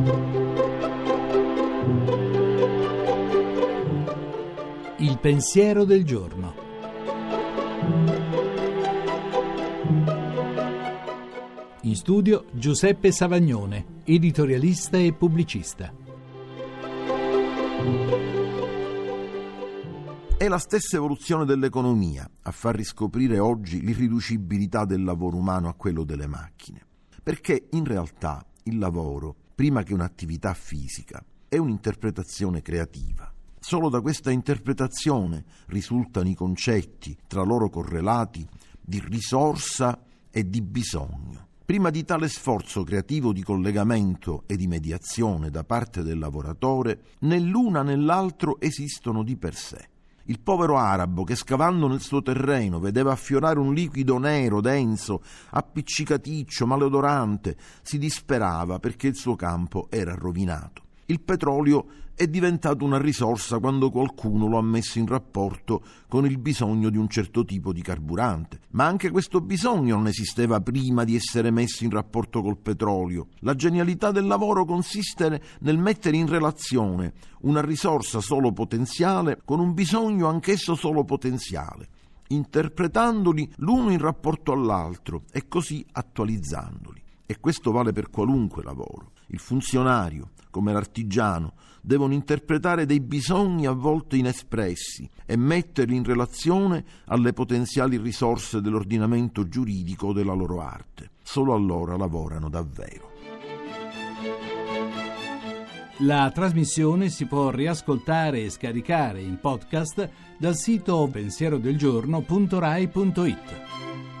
Il pensiero del giorno. In studio Giuseppe Savagnone, editorialista e pubblicista. È la stessa evoluzione dell'economia a far riscoprire oggi l'irriducibilità del lavoro umano a quello delle macchine. Perché in realtà il lavoro, prima che un'attività fisica, è un'interpretazione creativa. Solo da questa interpretazione risultano i concetti, tra loro correlati, di risorsa e di bisogno. Prima di tale sforzo creativo di collegamento e di mediazione da parte del lavoratore, né l'una né l'altro esistono di per sé. Il povero arabo che scavando nel suo terreno vedeva affiorare un liquido nero, denso, appiccicaticcio, maleodorante, si disperava perché il suo campo era rovinato. Il petrolio è diventato una risorsa quando qualcuno lo ha messo in rapporto con il bisogno di un certo tipo di carburante. Ma anche questo bisogno non esisteva prima di essere messo in rapporto col petrolio. La genialità del lavoro consiste nel mettere in relazione una risorsa solo potenziale con un bisogno anch'esso solo potenziale, interpretandoli l'uno in rapporto all'altro e così attualizzandoli. E questo vale per qualunque lavoro. Il funzionario, come l'artigiano, devono interpretare dei bisogni a volte inespressi e metterli in relazione alle potenziali risorse dell'ordinamento giuridico o della loro arte. Solo allora lavorano davvero. La trasmissione si può riascoltare e scaricare in podcast dal sito pensierodelgiorno.rai.it.